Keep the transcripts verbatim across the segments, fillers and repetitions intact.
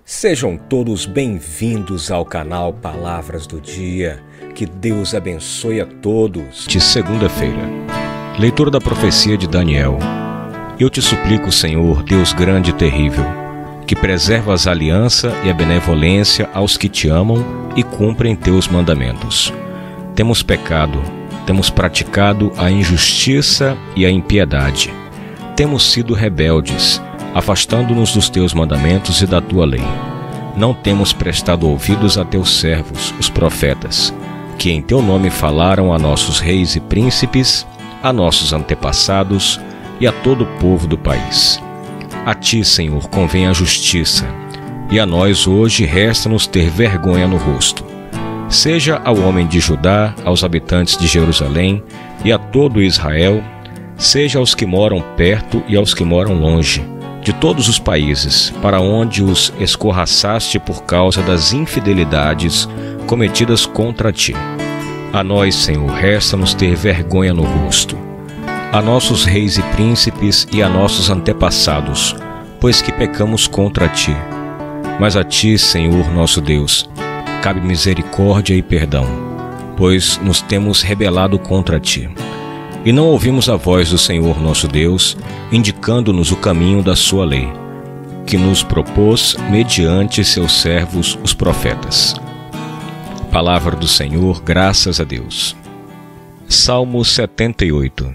Sejam todos bem-vindos ao canal Palavras do Dia. Que Deus abençoe a todos. De segunda-feira, leitura da profecia de Daniel. Eu te suplico, Senhor, Deus grande e terrível, que preservas a aliança e a benevolência aos que te amam e cumprem teus mandamentos. Temos pecado, temos praticado a injustiça e a impiedade. Temos sido rebeldes, afastando-nos dos teus mandamentos e da tua lei. Não temos prestado ouvidos a teus servos, os profetas, que em teu nome falaram a nossos reis e príncipes, a nossos antepassados e a todo o povo do país. A ti, Senhor, convém a justiça, e a nós hoje resta-nos ter vergonha no rosto. Seja ao homem de Judá, aos habitantes de Jerusalém e a todo Israel, seja aos que moram perto e aos que moram longe, de todos os países, para onde os escorraçaste por causa das infidelidades cometidas contra ti. A nós, Senhor, resta-nos ter vergonha no rosto, a nossos reis e príncipes e a nossos antepassados, pois que pecamos contra ti. Mas a ti, Senhor nosso Deus, cabe misericórdia e perdão, pois nos temos rebelado contra ti. E não ouvimos a voz do Senhor nosso Deus, indicando-nos o caminho da sua lei, que nos propôs mediante seus servos, os profetas. Palavra do Senhor, graças a Deus. Salmo setenta e oito.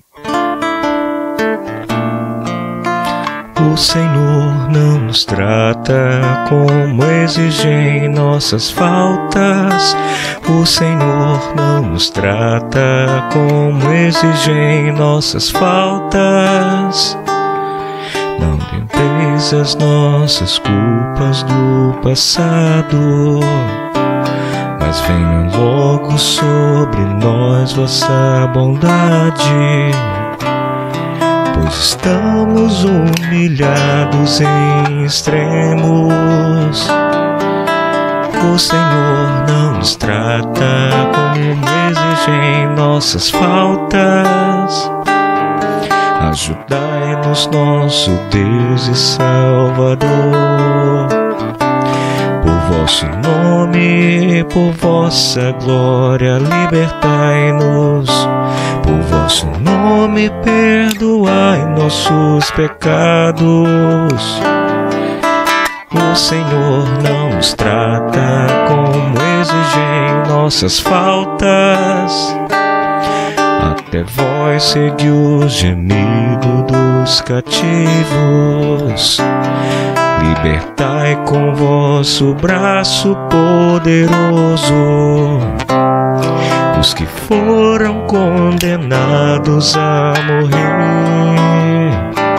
O Senhor não nos trata como exigem nossas faltas. O Senhor não nos trata como exigem nossas faltas. Não lempreis as nossas culpas do passado, mas venha logo sobre nós vossa bondade. Pois estamos humilhados em extremos. O Senhor não nos trata como exigem nossas faltas. Ajudai-nos, nosso Deus e Salvador. Por vosso nome, por vossa glória, libertai-nos. Por vosso nome, perdoai nossos pecados. O Senhor não nos trata como exigem nossas faltas. Até vós sede o gemido dos cativos. Libertai com vosso braço poderoso os que foram condenados a morrer.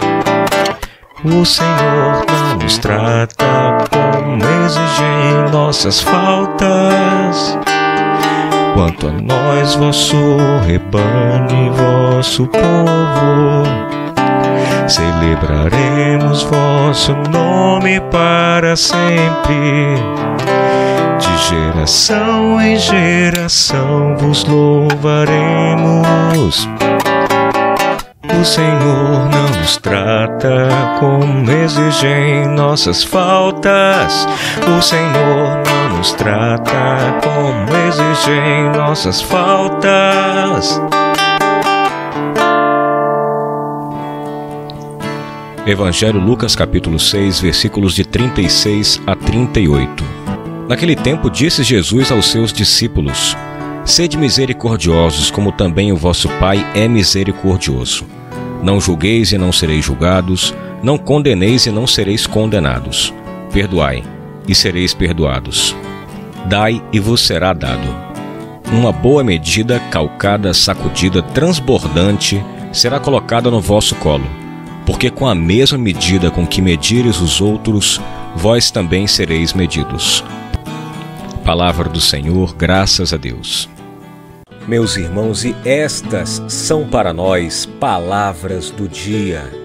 O Senhor não nos trata como exigem nossas faltas. Quanto a nós, vosso rebanho e vosso povo, celebraremos vosso nome para sempre. De geração em geração vos louvaremos. O Senhor não nos trata como exigem nossas faltas. O Senhor não nos trata como exigem nossas faltas. Evangelho Lucas capítulo seis, versículos de trinta e seis a trinta e oito. Naquele tempo disse Jesus aos seus discípulos: Sede misericordiosos, como também o vosso Pai é misericordioso. Não julgueis e não sereis julgados, não condeneis e não sereis condenados. Perdoai, e sereis perdoados. Dai, e vos será dado. Uma boa medida, calcada, sacudida, transbordante, será colocada no vosso colo. Porque com a mesma medida com que medires os outros, vós também sereis medidos. Palavra do Senhor, graças a Deus. Meus irmãos, e estas são para nós palavras do dia.